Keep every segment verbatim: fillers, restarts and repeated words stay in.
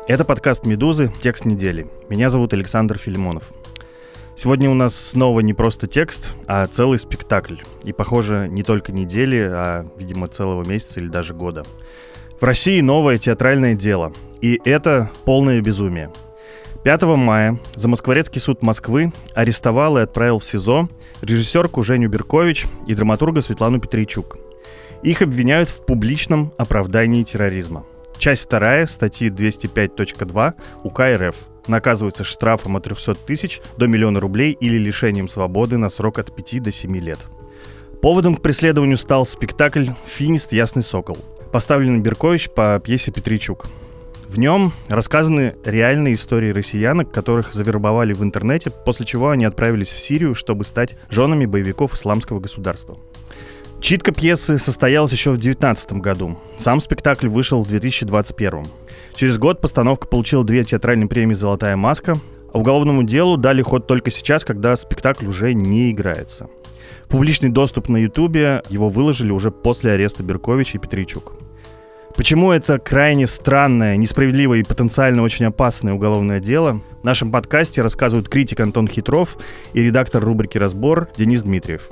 Это подкаст «Медузы. Текст недели». Меня зовут Александр Филимонов. Сегодня у нас снова не просто текст, а целый спектакль. И, похоже, не только недели, а, видимо, целого месяца или даже года. В России новое театральное дело. И это полное безумие. пятого мая Замоскворецкий суд Москвы арестовал и отправил в СИЗО режиссерку Женю Беркович и драматурга Светлану Петрийчук. Их обвиняют в публичном оправдании терроризма. Часть вторая статьи двести пять точка два УК РФ. Наказывается штрафом от трехсот тысяч до миллиона рублей или лишением свободы на срок от пяти до семи лет. Поводом к преследованию стал спектакль «Финист. Ясный сокол», поставленный Беркович по пьесе Петрийчук. В нем рассказаны реальные истории россиянок, которых завербовали в интернете, после чего они отправились в Сирию, чтобы стать женами боевиков исламского государства. Читка пьесы состоялась еще в две тысячи девятнадцатом году. Сам спектакль вышел в две тысячи двадцать первом. Через год постановка получила две театральные премии «Золотая маска», а уголовному делу дали ход только сейчас, когда спектакль уже не играется. Публичный доступ на Ютубе его выложили уже после ареста Беркович и Петрийчук. Почему это крайне странное, несправедливое и потенциально очень опасное уголовное дело, в нашем подкасте рассказывают критик Антон Хитров и редактор рубрики «Разбор» Денис Дмитриев.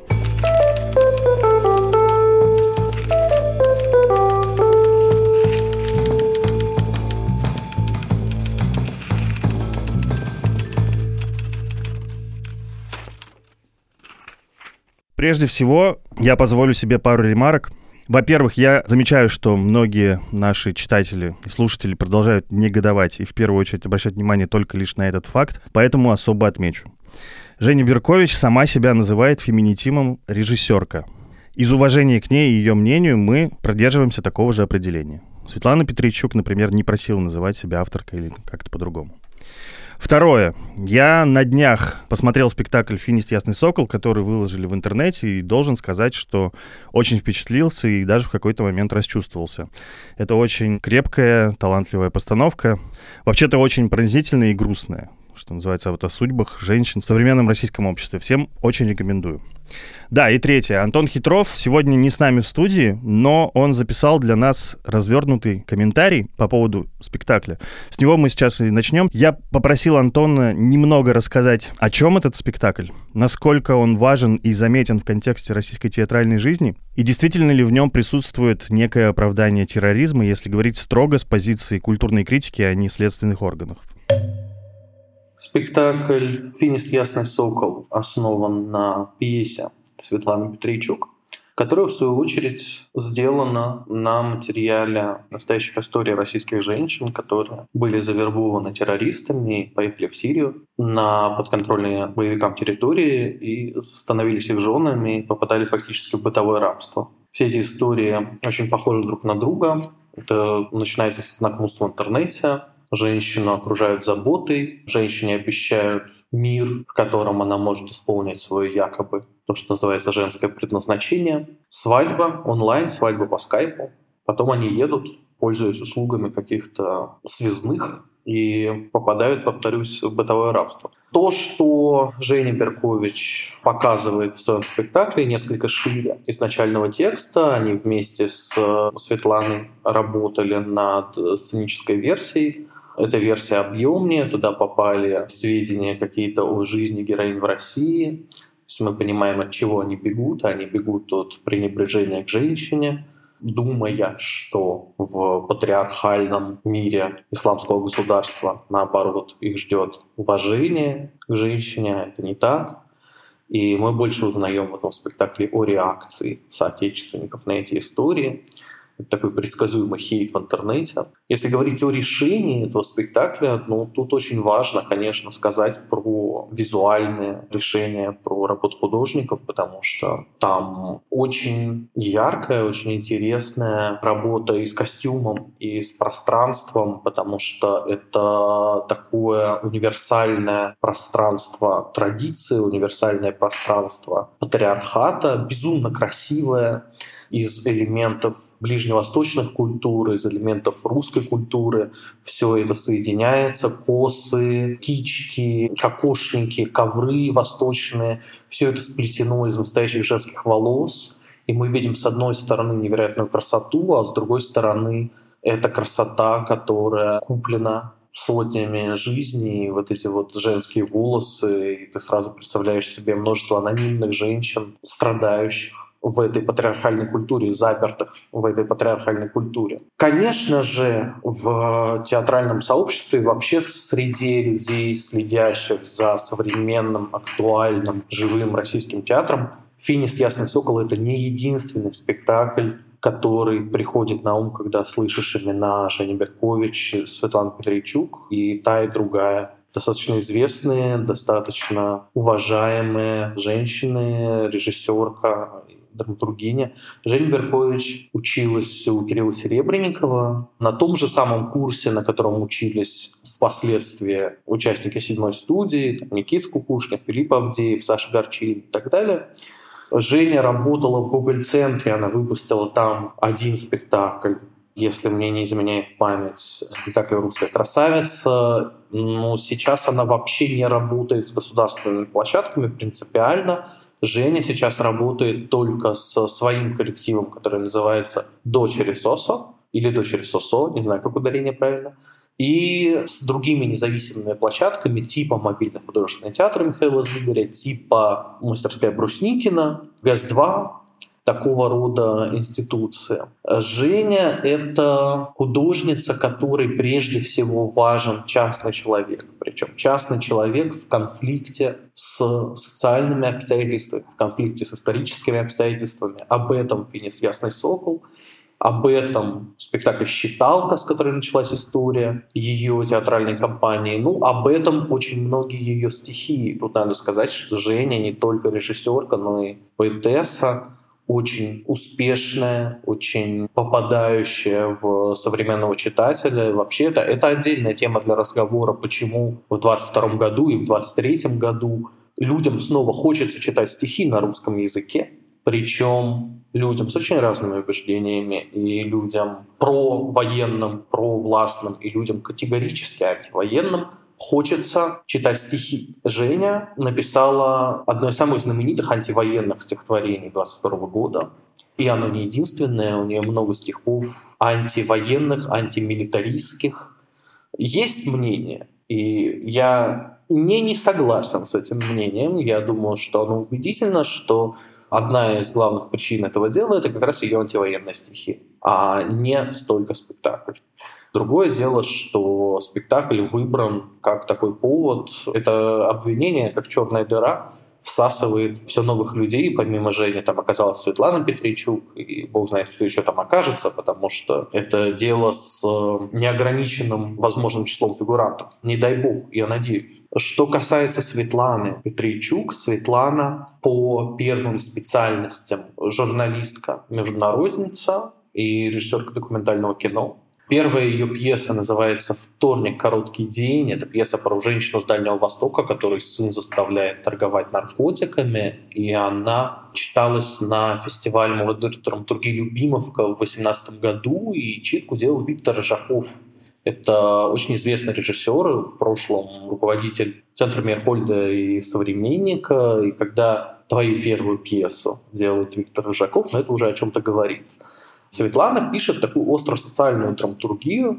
Прежде всего, я позволю себе пару ремарок. Во-первых, я замечаю, что многие наши читатели и слушатели продолжают негодовать и в первую очередь обращать внимание только лишь на этот факт, поэтому особо отмечу. Женя Беркович сама себя называет феминитивом «режиссерка». Из уважения к ней и ее мнению мы придерживаемся такого же определения. Светлана Петрийчук, например, не просила называть себя авторкой или как-то по-другому. Второе. Я на днях посмотрел спектакль «Финист. Ясный сокол», который выложили в интернете, и должен сказать, что очень впечатлился и даже в какой-то момент расчувствовался. Это очень крепкая, талантливая постановка. Вообще-то очень пронзительная и грустная, что называется, вот о судьбах женщин в современном российском обществе. Всем очень рекомендую. Да, и третье. Антон Хитров сегодня не с нами в студии, но он записал для нас развернутый комментарий по поводу спектакля. С него мы сейчас и начнем. Я попросил Антона немного рассказать, о чем этот спектакль, насколько он важен и заметен в контексте российской театральной жизни, и действительно ли в нем присутствует некое оправдание терроризма, если говорить строго с позиции культурной критики, а не следственных органов. Спектакль «Финист. Ясный сокол» основан на пьесе Светланы Петрийчук, которая, в свою очередь, сделана на материале настоящих историй российских женщин, которые были завербованы террористами, поехали в Сирию на подконтрольные боевикам территории и становились их женами и попадали фактически в бытовое рабство. Все эти истории очень похожи друг на друга. Это начинается с знакомства в интернете. Женщину окружают заботой, женщине обещают мир, в котором она может исполнить свое якобы, то, что называется, женское предназначение. Свадьба онлайн, свадьба по скайпу. Потом они едут, пользуясь услугами каких-то связных, и попадают, повторюсь, в бытовое рабство. То, что Женя Беркович показывает в своем спектакле, несколько шире изначального текста. Они вместе с Светланой работали над сценической версией. Эта версия объемнее, туда попали сведения какие-то о жизни героинь в России. То есть мы понимаем, от чего они бегут. Они бегут от пренебрежения к женщине, думая, что в патриархальном мире исламского государства, наоборот, их ждет уважение к женщине. Это не так. И мы больше узнаем в этом спектакле о реакции соотечественников на эти истории. Это такой предсказуемый хейт в интернете. Если говорить о решении этого спектакля, ну, тут очень важно, конечно, сказать про визуальные решения, про работу художников, потому что там очень яркая, очень интересная работа и с костюмом, и с пространством, потому что это такое универсальное пространство традиции, универсальное пространство патриархата, безумно красивое, из элементов ближневосточных культур, из элементов русской культуры. Все это соединяется. Косы, кички, кокошники, ковры восточные. Все это сплетено из настоящих женских волос. И мы видим с одной стороны невероятную красоту, а с другой стороны это красота, которая куплена сотнями жизней, вот эти вот женские волосы, и ты сразу представляешь себе множество анонимных женщин, страдающих в этой патриархальной культуре, запертых в этой патриархальной культуре. Конечно же, в театральном сообществе, вообще в среде людей, следящих за современным, актуальным, живым российским театром, «Финист. Ясный сокол» — это не единственный спектакль, который приходит на ум, когда слышишь имена Жени Беркович, Светланы Петрийчук, и та, и другая достаточно известные, достаточно уважаемые женщины, режиссерка, драматургиня. Женя Беркович училась у Кирилла Серебренникова на том же самом курсе, на котором учились впоследствии участники седьмой студии, Никита Кукушкин, Филипп Авдеев, Саша Горчилин и так далее. Женя работала в Гоголь-центре, она выпустила там один спектакль, если мне не изменяет память, спектакль «Русская красавица». Но сейчас она вообще не работает с государственными площадками принципиально. Женя сейчас работает только со своим коллективом, который называется «Дочери Сосо» или «Дочери Сосо», не знаю, как ударение правильно, и с другими независимыми площадками типа «Мобильный художественный театр» Михаила Зыгоря, типа «Мастерская Брусникина», ГЭС-два, такого рода институции. Женя — это художница, которой прежде всего важен частный человек. Причем частный человек в конфликте с социальными обстоятельствами, в конфликте с историческими обстоятельствами. Об этом «Финист. Ясный сокол», об этом спектакль «Считалка», с которой началась история ее театральной компании. Ну, об этом очень многие ее стихи. Тут надо сказать, что Женя не только режиссерка, но и поэтесса, очень успешная, очень попадающая в современного читателя. Вообще это, это отдельная тема для разговора, почему в двадцать втором году и в двадцать третьем году людям снова хочется читать стихи на русском языке, причем людям с очень разными убеждениями, и людям провоенным, провластным, и людям категорически антивоенным хочется читать стихи. Женя написала одно из самых знаменитых антивоенных стихотворений двадцать второго года. И оно не единственное, у нее много стихов антивоенных, антимилитаристских. Есть мнение, и я не, не согласен с этим мнением. Я думаю, что оно убедительно, что одна из главных причин этого дела — это как раз ее антивоенные стихи, а не столько спектакль. Другое дело, что спектакль выбран как такой повод. Это обвинение, как черная дыра, всасывает все новых людей. Помимо Жени там оказалась Светлана Петрийчук, и бог знает, кто еще там окажется, потому что это дело с неограниченным возможным числом фигурантов. Не дай бог, я надеюсь. Что касается Светланы Петрийчук, Светлана по первым специальностям журналистка, международница и режиссерка документального кино. Первая ее пьеса называется «Вторник. Короткий день». Это пьеса про женщину с Дальнего Востока, которую сын заставляет торговать наркотиками. И она читалась на фестивале молодой драматургии «Любимовка» в две тысячи восемнадцатом году. И читку делал Виктор Рыжаков. Это очень известный режиссер, в прошлом руководитель Центра Мейерхольда и «Современника». И когда твою первую пьесу делает Виктор Рыжаков, ну, это уже о чем-то говорит. Светлана пишет такую остросоциальную драматургию.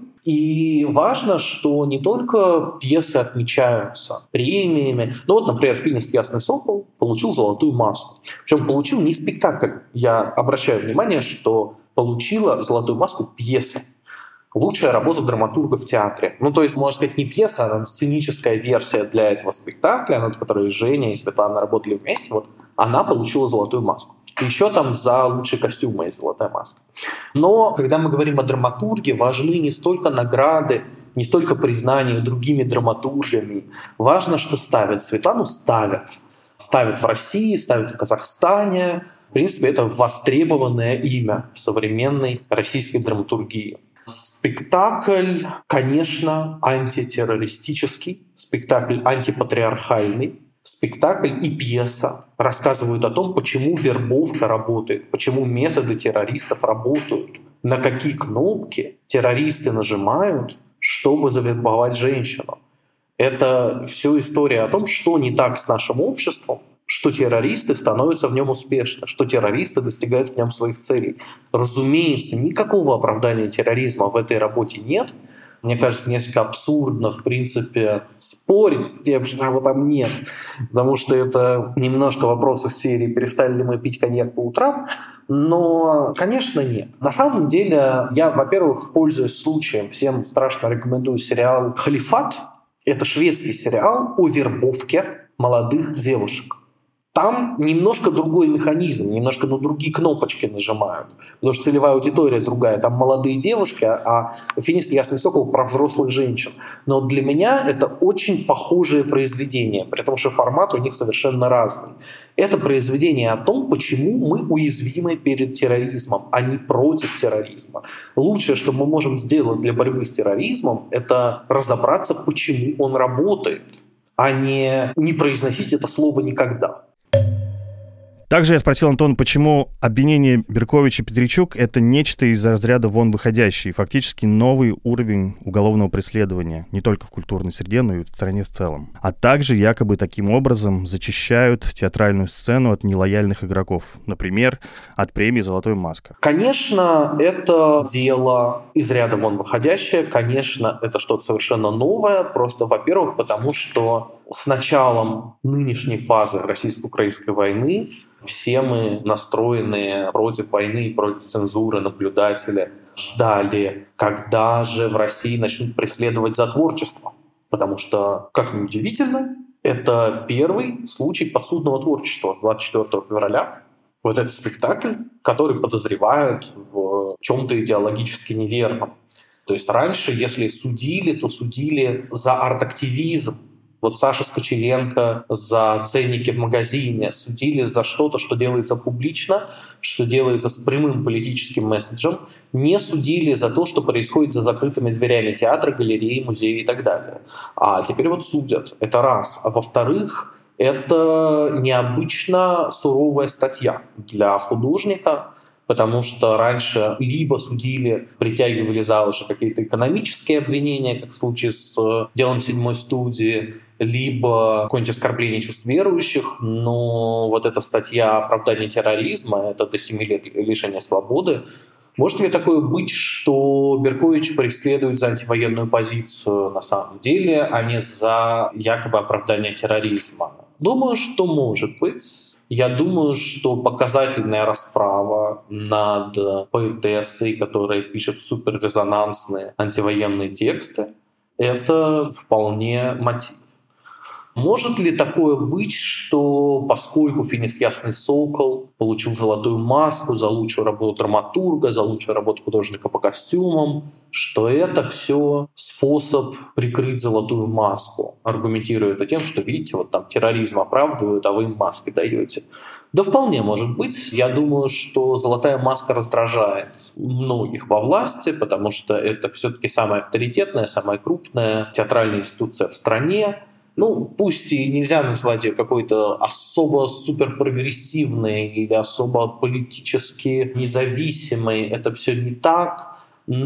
И важно, что не только пьесы отмечаются премиями. Ну вот, например, «Финист. Ясный сокол» получил «Золотую маску». Причем получил не спектакль. Я обращаю внимание, что получила «Золотую маску» пьеса. Лучшая работа драматурга в театре. Ну, то есть, можно сказать, не пьеса, а сценическая версия для этого спектакля, над которой Женя и Светлана работали вместе. Вот она получила «Золотую маску». Еще там за лучшие костюмы и «Золотая маска». Но когда мы говорим о драматурге, важны не столько награды, не столько признания другими драматургами. Важно, что ставят. Светлану ставят. Ставят в России, ставят в Казахстане. В принципе, это востребованное имя в современной российской драматургии. Спектакль, конечно, антитеррористический, спектакль антипатриархальный. Спектакль и пьеса рассказывают о том, почему вербовка работает, почему методы террористов работают, на какие кнопки террористы нажимают, чтобы завербовать женщину. Это все история о том, что не так с нашим обществом, что террористы становятся в нем успешны, что террористы достигают в нем своих целей. Разумеется, никакого оправдания терроризма в этой работе нет. Мне кажется, несколько абсурдно, в принципе, спорить с тем, что его там нет, потому что это немножко вопрос из серии «Перестали ли мы пить коньяк по утрам?». Но, конечно, нет. На самом деле, я, во-первых, пользуясь случаем, всем страшно рекомендую сериал «Халифат». Это шведский сериал о вербовке молодых девушек. Там немножко другой механизм, немножко на другие кнопочки нажимают, потому что целевая аудитория другая. Там молодые девушки, а «Финист и Ясный сокол» про взрослых женщин. Но для меня это очень похожее произведение, при том, что формат у них совершенно разный. Это произведение о том, почему мы уязвимы перед терроризмом, а не против терроризма. Лучшее, что мы можем сделать для борьбы с терроризмом, это разобраться, почему он работает, а не, не произносить это слово никогда. Также я спросил Антона, почему обвинение Беркович и Петричук — это нечто из разряда вон выходящее, фактически новый уровень уголовного преследования не только в культурной среде, но и в стране в целом. А также якобы таким образом зачищают театральную сцену от нелояльных игроков, например, от премии «Золотая маска». Конечно, это дело из ряда вон выходящее, конечно, это что-то совершенно новое, просто, во-первых, потому что с началом нынешней фазы российско-украинской войны все мы, настроенные против войны и против цензуры наблюдатели, ждали, когда же в России начнут преследовать за творчество. Потому что, как ни удивительно, это первый случай подсудного творчества двадцать четвёртого февраля. Вот этот спектакль, который подозревают в чем-то идеологически неверном. То есть раньше, если судили, то судили за арт-активизм. Вот Саша Скочеленко за ценники в магазине судили за что-то, что делается публично, что делается с прямым политическим месседжем, не судили за то, что происходит за закрытыми дверями театра, галереи, музея и так далее. А теперь вот судят. Это раз. А во-вторых, это необычно суровая статья для художника, потому что раньше либо судили, притягивали за уши какие-то экономические обвинения, как в случае с делом седьмой студии, либо какое-нибудь оскорбление чувств верующих, но вот эта статья оправдания терроризма, это до семи лет лишения свободы. Может ли такое быть, что Беркович преследует за антивоенную позицию на самом деле, а не за якобы оправдание терроризма? Думаю, что может быть. Я думаю, что показательная расправа над поэтессой, которая пишет суперрезонансные антивоенные тексты, это вполне мотив. Может ли такое быть, что поскольку «Финист Ясный сокол» получил «Золотую маску» за лучшую работу драматурга, за лучшую работу художника по костюмам, что это все способ прикрыть «Золотую маску», аргументируя это тем, что, видите, вот там терроризм оправдывают, а вы им маски даете? Да вполне может быть. Я думаю, что «Золотая маска» раздражает многих во власти, потому что это все-таки самая авторитетная, самая крупная театральная институция в стране. Ну, пусть и нельзя назвать ее какой-то особо суперпрогрессивной или особо политически независимой, это все не так,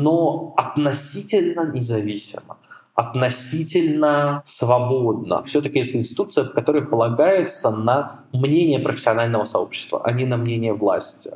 но относительно независимо, относительно свободно. Все-таки это институция, которая полагается на мнение профессионального сообщества, а не на мнение власти.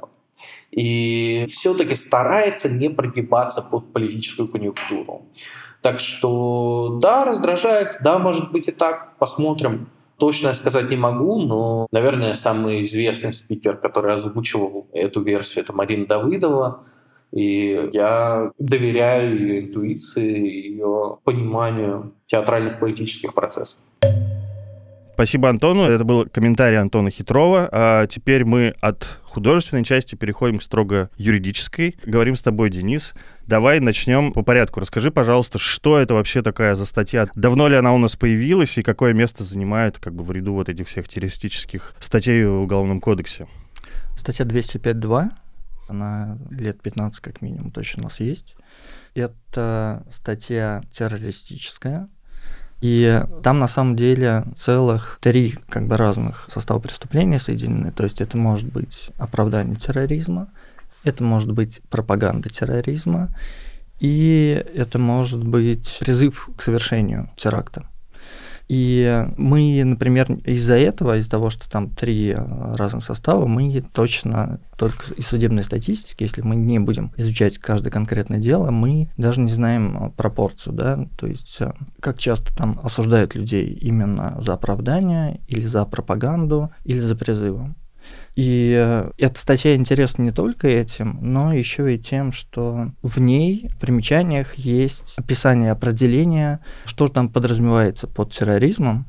И все-таки старается не прогибаться под политическую конъюнктуру. Так что да, раздражает, да, может быть и так, посмотрим. Точно я сказать не могу, но, наверное, самый известный спикер, который озвучивал эту версию, это Марина Давыдова. И я доверяю ее интуиции, ее пониманию театральных политических процессов. Спасибо Антону. Это был комментарий Антона Хитрова. А теперь мы от художественной части переходим к строго юридической. Говорим с тобой, Денис. Давай начнем по порядку. Расскажи, пожалуйста, что это вообще такая за статья? Давно ли она у нас появилась и какое место занимает как бы в ряду вот этих всех террористических статей в Уголовном кодексе? Статья двести пять два. Она лет пятнадцать как минимум точно у нас есть. Это статья террористическая. И там на самом деле целых три как бы разных состава преступления соединены. То есть это может быть оправдание терроризма, это может быть пропаганда терроризма, и это может быть призыв к совершению теракта. И мы, например, из-за этого, из-за того, что там три разных состава, мы точно только из судебной статистики, если мы не будем изучать каждое конкретное дело, мы даже не знаем пропорцию, да, то есть как часто там осуждают людей именно за оправдание или за пропаганду или за призывы. И эта статья интересна не только этим, но еще и тем, что в ней, в примечаниях, есть описание определения, что там подразумевается под терроризмом,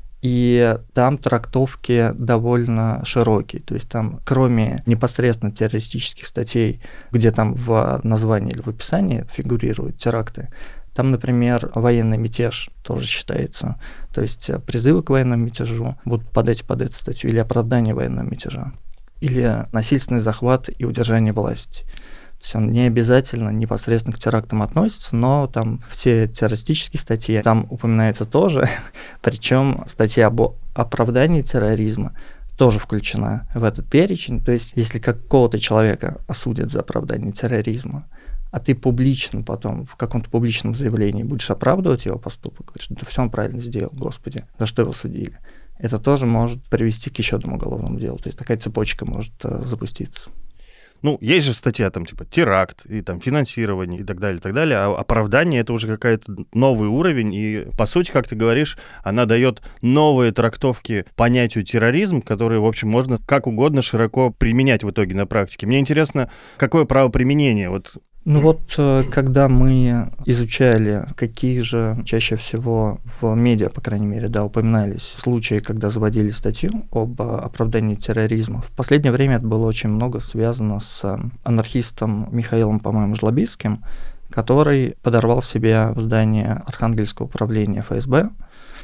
и там трактовки довольно широкие. То есть там, кроме непосредственно террористических статей, где там в названии или в описании фигурируют теракты, там, например, военный мятеж тоже считается. То есть призывы к военному мятежу будут подать под эту статью, или оправдание военного мятежа, или насильственный захват и удержание власти. То есть он не обязательно непосредственно к терактам относится, но там все террористические статьи там упоминаются тоже, причем статья об оправдании терроризма тоже включена в этот перечень. То есть если какого-то человека осудят за оправдание терроризма, а ты публично потом, в каком-то публичном заявлении будешь оправдывать его поступок, говоришь, да все он правильно сделал, господи, за что его судили. Это тоже может привести к еще одному уголовному делу. То есть такая цепочка может uh, запуститься. Ну, есть же статья там типа теракт и там финансирование и так далее, и так далее, а оправдание — это уже какой-то новый уровень, и, по сути, как ты говоришь, она дает новые трактовки понятию терроризм, которые, в общем, можно как угодно широко применять в итоге на практике. Мне интересно, какое правоприменение? Вот. Ну вот, когда мы изучали, какие же чаще всего в медиа, по крайней мере, да, упоминались случаи, когда заводили статью об оправдании терроризма, в последнее время это было очень много связано с анархистом Михаилом, по-моему, Жлобицким, который подорвал себя в здании Архангельского управления эф эс бэ,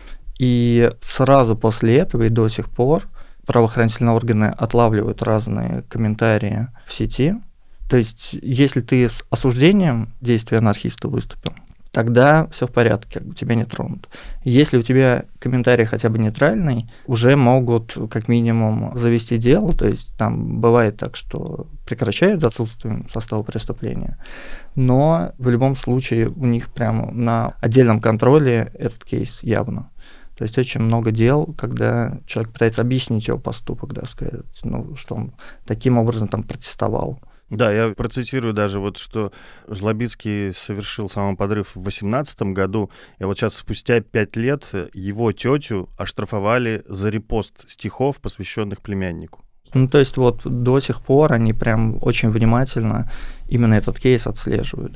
и сразу после этого и до сих пор правоохранительные органы отлавливают разные комментарии в сети. То есть, если ты с осуждением действия анархиста выступил, тогда все в порядке, как бы тебя не тронут. Если у тебя комментарий хотя бы нейтральный, уже могут как минимум завести дело, то есть там бывает так, что прекращают за отсутствием состава преступления, но в любом случае у них прямо на отдельном контроле этот кейс явно. То есть очень много дел, когда человек пытается объяснить его поступок, да, сказать, ну, что он таким образом там протестовал. Да, я процитирую даже вот, что Жлобицкий совершил самоподрыв в восемнадцатом году, и вот сейчас спустя пять лет его тетю оштрафовали за репост стихов, посвященных племяннику. Ну, то есть вот до сих пор они прям очень внимательно именно этот кейс отслеживают.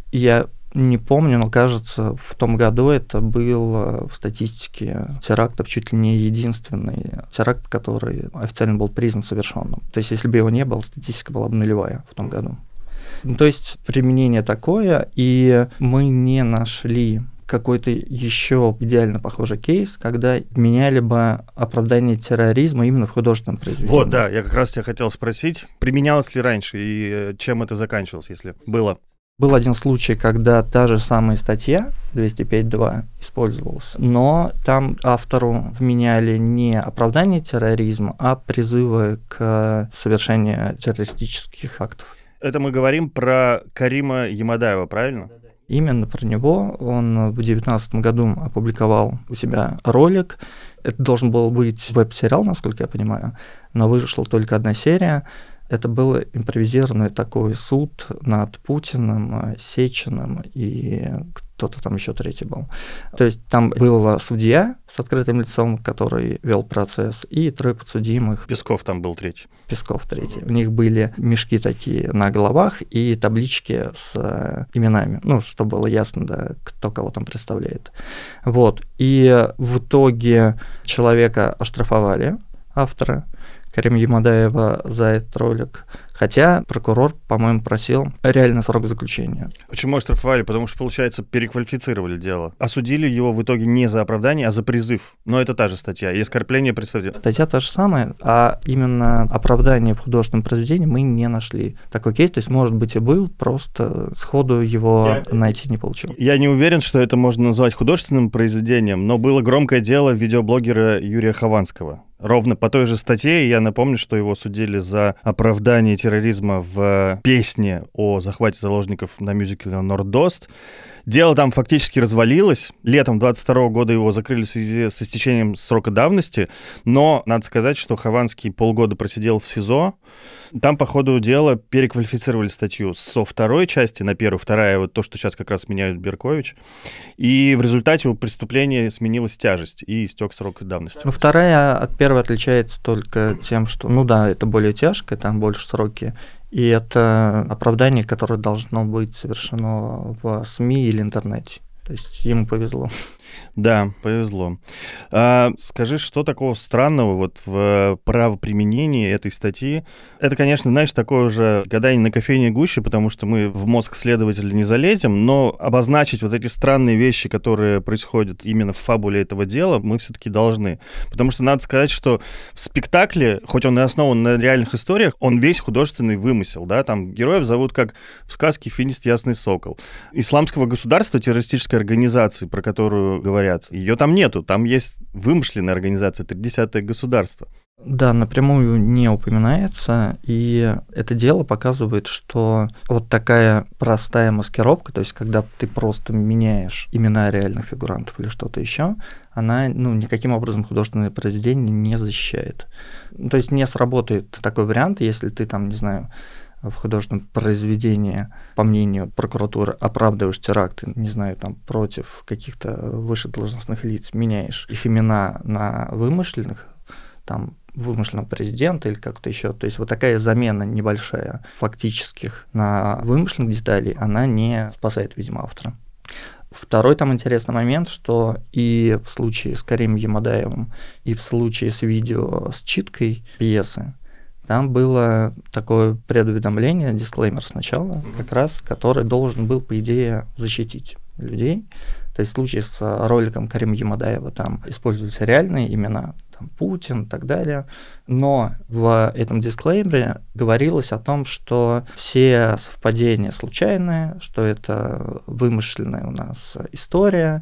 Я не помню, но кажется, в том году это был в статистике терактов чуть ли не единственный теракт, который официально был признан совершенным. То есть если бы его не было, статистика была бы нулевая в том году. Ну, то есть применение такое, и мы не нашли какой-то еще идеально похожий кейс, когда меняли бы оправдание терроризма именно в художественном произведении. Вот, да, я как раз тебя хотел спросить, применялось ли раньше и чем это заканчивалось, если было? Был один случай, когда та же самая статья двести пять два использовалась, но там автору вменяли не оправдание терроризма, а призывы к совершению террористических актов. Это мы говорим про Карима Ямадаева, правильно? Именно про него. Он в две тысячи девятнадцатом году опубликовал у себя ролик. Это должен был быть веб-сериал, насколько я понимаю, но вышла только одна серия. Это был импровизированный такой суд над Путиным, Сечиным и кто-то там еще третий был. То есть там был судья с открытым лицом, который вел процесс, и трое подсудимых. Песков там был третий. Песков третий. У них были мешки такие на головах и таблички с именами, ну, чтобы было ясно, да, кто кого там представляет. Вот. И в итоге человека оштрафовали, автора, Карима Ямадаева, за этот ролик. Хотя прокурор, по-моему, просил реальный срок заключения. Почему оштрафовали? Потому что, получается, переквалифицировали дело. Осудили его в итоге не за оправдание, а за призыв. Но это та же статья. И оскорбление представителя. Статья та же самая, а именно оправдание в художественном произведении мы не нашли. Такой кейс, то есть, может быть, и был, просто сходу его я... найти не получил. Я не уверен, что это можно назвать художественным произведением, но было громкое дело видеоблогера Юрия Хованского. Ровно по той же статье, я напомню, что его судили за оправдание терроризма в песне о захвате заложников на мюзикле «Нордост». Дело там фактически развалилось. Летом двадцать второго года его закрыли в связи с истечением срока давности, но надо сказать, что Хованский полгода просидел в СИЗО. Там по ходу дела переквалифицировали статью со второй части на первую, вторая вот то, что сейчас как раз меняют Беркович. И в результате у преступления сменилась тяжесть и истек срок давности. Ну, вторая от первой отличается только тем, что, ну да, это более тяжкое, там больше сроки. И это оправдание, которое должно быть совершено в СМИ или интернете. То есть ему повезло. Да, повезло. А, скажи, что такого странного вот в правоприменении этой статьи? Это, конечно, знаешь, такое уже гадание на кофейной гуще, потому что мы в мозг следователя не залезем, но обозначить вот эти странные вещи, которые происходят именно в фабуле этого дела, мы все-таки должны. Потому что надо сказать, что в спектакле, хоть он и основан на реальных историях, он весь художественный вымысел, да, там героев зовут как в сказке «Финист Ясный Сокол». Исламского государства, террористической организации, про которую говорят, ее там нету, там есть вымышленная организация «Тридесятое государство». Да, напрямую не упоминается, и это дело показывает, что вот такая простая маскировка, то есть когда ты просто меняешь имена реальных фигурантов или что-то еще, она ну, никаким образом художественное произведение не защищает. То есть не сработает такой вариант, если ты там, не знаю, в художественном произведении, по мнению прокуратуры, оправдываешь теракты, не знаю, там, против каких-то высшедолжностных лиц, меняешь их имена на вымышленных, там, вымышленного президента или как-то еще. То есть вот такая замена небольшая фактических на вымышленных деталей, она не спасает, видимо, автора. Второй там интересный момент, что и в случае с Каримом Ямадаевым, и в случае с видео с читкой пьесы, там было такое предуведомление, дисклеймер сначала, как раз, который должен был, по идее, защитить людей. То есть в случае с роликом Карима Ямадаева там используются реальные имена, там, Путин и так далее. Но в этом дисклеймере говорилось о том, что все совпадения случайные, что это вымышленная у нас история,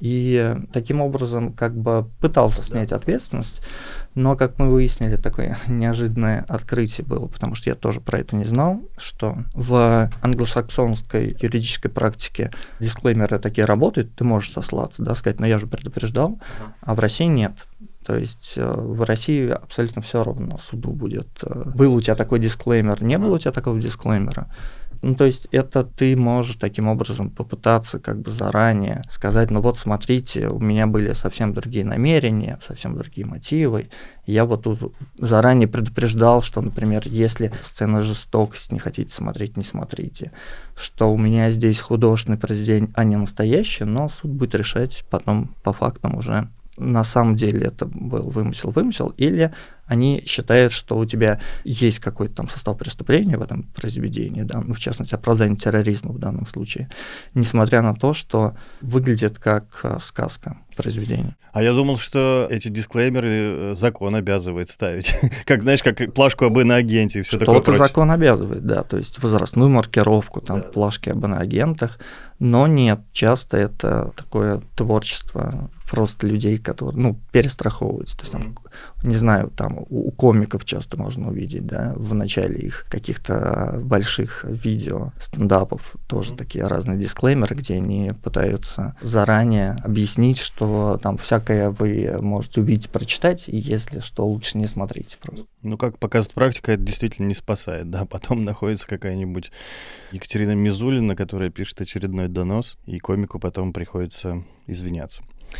и таким образом как бы пытался снять ответственность. Но, как мы выяснили, такое неожиданное открытие было, потому что я тоже про это не знал, что в англосаксонской юридической практике дисклеймеры такие работают, ты можешь сослаться, да, сказать, но я же предупреждал, а в России нет. То есть в России абсолютно все равно суду будет. Был у тебя такой дисклеймер, не было у тебя такого дисклеймера. Ну, то есть это ты можешь таким образом попытаться как бы заранее сказать, ну вот смотрите, у меня были совсем другие намерения, совсем другие мотивы. Я вот тут заранее предупреждал, что, например, если сцена жестокости не хотите смотреть, не смотрите. Что у меня здесь художественное произведение, а не настоящее, но суд будет решать потом по фактам уже. На самом деле это был вымысел-вымысел, или они считают, что у тебя есть какой-то там состав преступления в этом произведении, да, ну, в частности, оправдание терроризма в данном случае, несмотря на то, что выглядит как сказка произведения. А я думал, что эти дисклеймеры закон обязывает ставить. Как, знаешь, как плашку об иноагенте и все такое прочее. Что-то закон обязывает, да, то есть возрастную маркировку, там, да. Плашки об иноагентах, но нет, часто это такое творчество просто людей, которые, ну, перестраховываются. То есть, там, не знаю, там у, у комиков часто можно увидеть, да, в начале их каких-то больших видео, стендапов, тоже mm-hmm. такие разные дисклеймеры, где они пытаются заранее объяснить, что там всякое вы можете увидеть, прочитать, и если что, лучше не смотрите просто. Ну, как показывает практика, это действительно не спасает, да, потом находится какая-нибудь Екатерина Мизулина, которая пишет очередной донос, и комику потом приходится извиняться.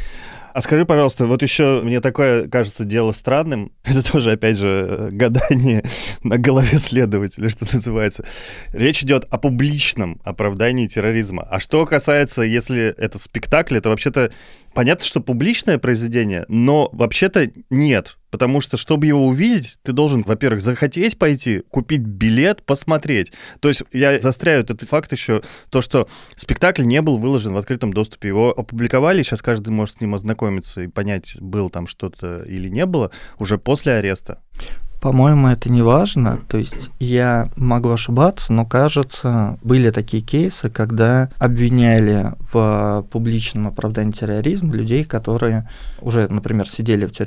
А скажи, пожалуйста, вот еще мне такое кажется дело странным, это тоже, опять же, гадание на голове следователя, что называется. Речь идет о публичном оправдании терроризма. А что касается, если это спектакль, это вообще-то понятно, что публичное произведение, но вообще-то нет. Потому что, чтобы его увидеть, ты должен, во-первых, захотеть пойти, купить билет, посмотреть. То есть я застряю этот факт еще, то, что спектакль не был выложен в открытом доступе. Его опубликовали, сейчас каждый может с ним ознакомиться и понять, было там что-то или не было, уже после ареста. По-моему, это не важно. То есть я могу ошибаться, но, кажется, были такие кейсы, когда обвиняли в публичном оправдании терроризма людей, которые уже, например, сидели в тюрьме,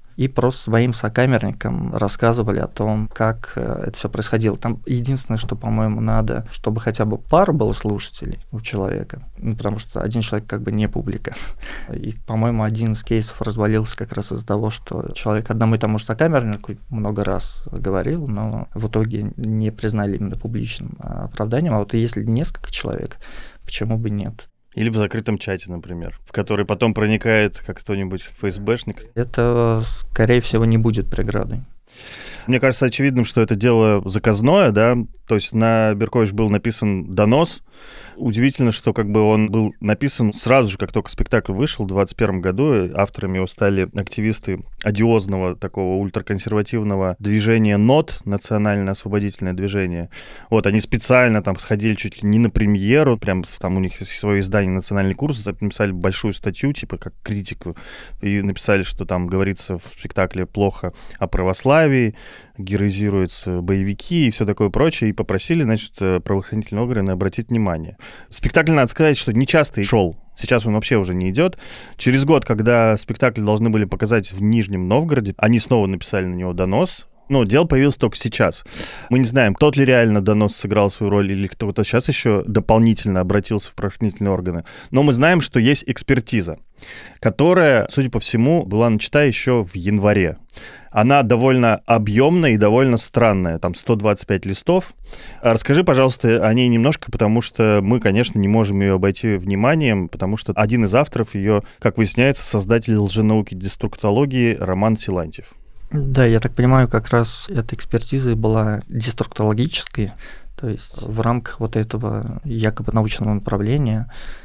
и просто своим сокамерникам рассказывали о том, как это все происходило. Там единственное, что, по-моему, надо, чтобы хотя бы пара была слушателей у человека, ну, потому что один человек как бы не публика. И, по-моему, один из кейсов развалился как раз из-за того, что человек одному и тому же сокамернику много раз говорил, но в итоге не признали именно публичным оправданием. А вот если несколько человек, почему бы нет? Или в закрытом чате, например, в который потом проникает как кто-нибудь ФСБшник. Это, скорее всего, не будет преградой. Мне кажется очевидным, что это дело заказное, да, то есть на Беркович был написан донос. Удивительно, что как бы он был написан сразу же, как только спектакль вышел в двадцать первом году. Авторами его стали активисты одиозного такого ультраконсервативного движения НОТ, Национальное освободительное движение. Вот, они специально там сходили чуть ли не на премьеру, прям там у них есть свое издание «Национальный курс», написали большую статью, типа как критику, и написали, что там говорится в спектакле плохо о православии, героизируются боевики и все такое прочее, и попросили, значит, правоохранительные органы обратить внимание. Спектакль, надо сказать, что не часто шел. Сейчас он вообще уже не идет. Через год, когда спектакль должны были показать в Нижнем Новгороде, они снова написали на него донос. Но дело появилось только сейчас. Мы не знаем, тот ли реально донос сыграл свою роль, или кто-то сейчас еще дополнительно обратился в правоохранительные органы. Но мы знаем, что есть экспертиза, которая, судя по всему, была начата еще в январе. Она довольно объемная и довольно странная, там сто двадцать пять листов. Расскажи, пожалуйста, о ней немножко, потому что мы, конечно, не можем ее обойти вниманием, потому что один из авторов ее, как выясняется, создатель лженауки деструктологии Роман Силантьев. Да, я так понимаю, как раз эта экспертиза была деструктологической, то есть в рамках вот этого якобы научного направления,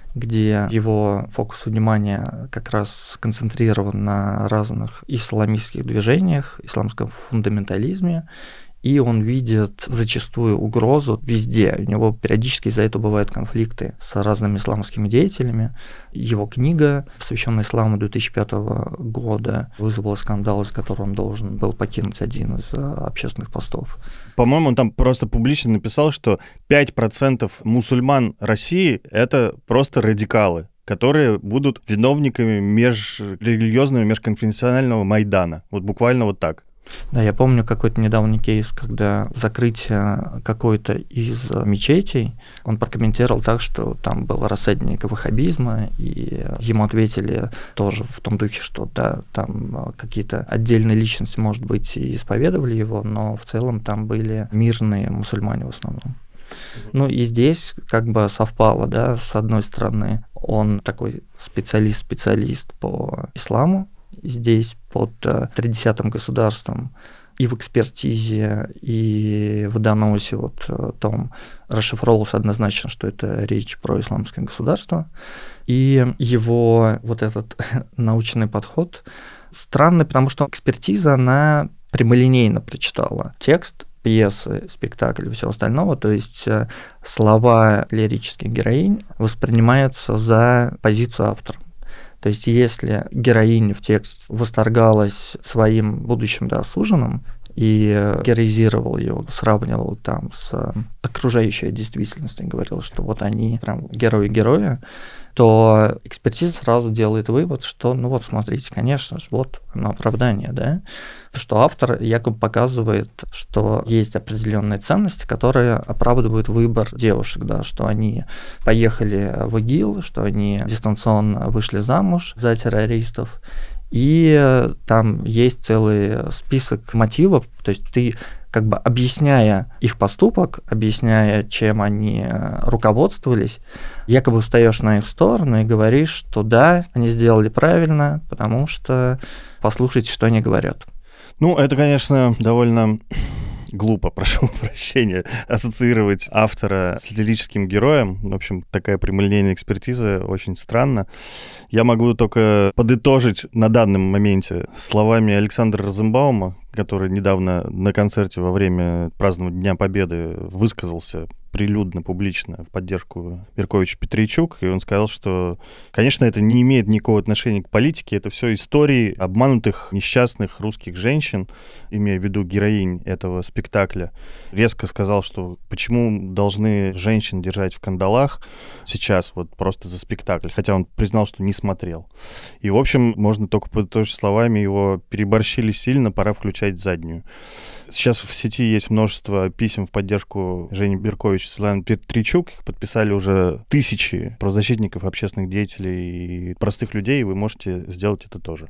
где его фокус внимания как раз сконцентрирован на разных исламистских движениях, исламском фундаментализме, и он видит зачастую угрозу везде. У него периодически из-за этого бывают конфликты с разными исламскими деятелями. Его книга, посвященная исламу две тысячи пятого года, вызвала скандал, из-за которого он должен был покинуть один из общественных постов. По-моему, он там просто публично написал, что пять процентов мусульман России — это просто радикалы, которые будут виновниками межрелигиозного, межконфессионального Майдана. Вот буквально вот так. Да, я помню какой-то недавний кейс, когда закрытие какой-то из мечетей, он прокомментировал так, что там был рассадник ваххабизма, и ему ответили тоже в том духе, что да, там какие-то отдельные личности, может быть, и исповедовали его, но в целом там были мирные мусульмане в основном. Ну и здесь как бы совпало, да, с одной стороны, он такой специалист-специалист по исламу, здесь под тридцатым государством и в экспертизе, и в доносе вот том расшифровывалось однозначно, что это речь про исламское государство. И его вот этот научный подход странный, потому что экспертиза, она прямолинейно прочитала текст пьесы, спектакля и всего остального, то есть слова лирических героинь воспринимаются за позицию автора. То есть если героиня в тексте восторгалась своим будущим да, суженым и героизировал ее, сравнивал там с окружающей действительностью, говорил, что вот они прям герои-герои, то экспертиза сразу делает вывод, что, ну вот, смотрите, конечно же, вот оно оправдание, да, что автор якобы показывает, что есть определенные ценности, которые оправдывают выбор девушек, да, что они поехали в ИГИЛ, что они дистанционно вышли замуж за террористов, и там есть целый список мотивов, то есть ты как бы объясняя их поступок, объясняя, чем они руководствовались, якобы встаешь на их сторону и говоришь, что да, они сделали правильно, потому что послушайте, что они говорят. Ну, это, конечно, довольно глупо, прошу прощения, ассоциировать автора с лирическим героем. В общем, такая прямолинейная экспертиза очень странно. Я могу только подытожить на данном моменте словами Александра Розенбаума, который недавно на концерте во время празднования Дня Победы высказался прилюдно, публично в поддержку Беркович-Петрийчук, и он сказал, что, конечно, это не имеет никакого отношения к политике, это все истории обманутых несчастных русских женщин, имея в виду героинь этого спектакля. Резко сказал, что почему должны женщин держать в кандалах сейчас вот просто за спектакль, хотя он признал, что не смотрел. И, в общем, можно только под тоже словами его переборщили сильно, пора включать заднюю. Сейчас в сети есть множество писем в поддержку Жени Беркович и Светланы Петрийчук. Их подписали уже тысячи правозащитников, общественных деятелей и простых людей, и вы можете сделать это тоже.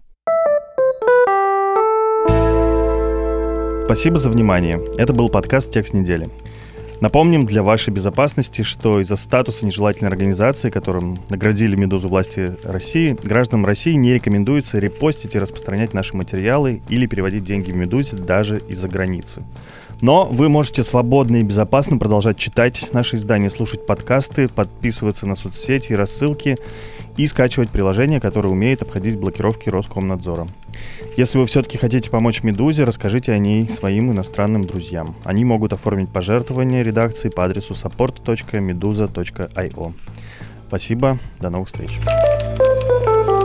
Спасибо за внимание. Это был подкаст «Текст недели». Напомним для вашей безопасности, что из-за статуса нежелательной организации, которым наградили «Медузу» власти России, гражданам России не рекомендуется репостить и распространять наши материалы или переводить деньги в «Медузе» даже из-за границы. Но вы можете свободно и безопасно продолжать читать наши издания, слушать подкасты, подписываться на соцсети и рассылки и скачивать приложение, которое умеет обходить блокировки Роскомнадзора. Если вы все-таки хотите помочь «Медузе», расскажите о ней своим иностранным друзьям. Они могут оформить пожертвования редакции по адресу support точка meduza точка ай о. Спасибо, до новых встреч.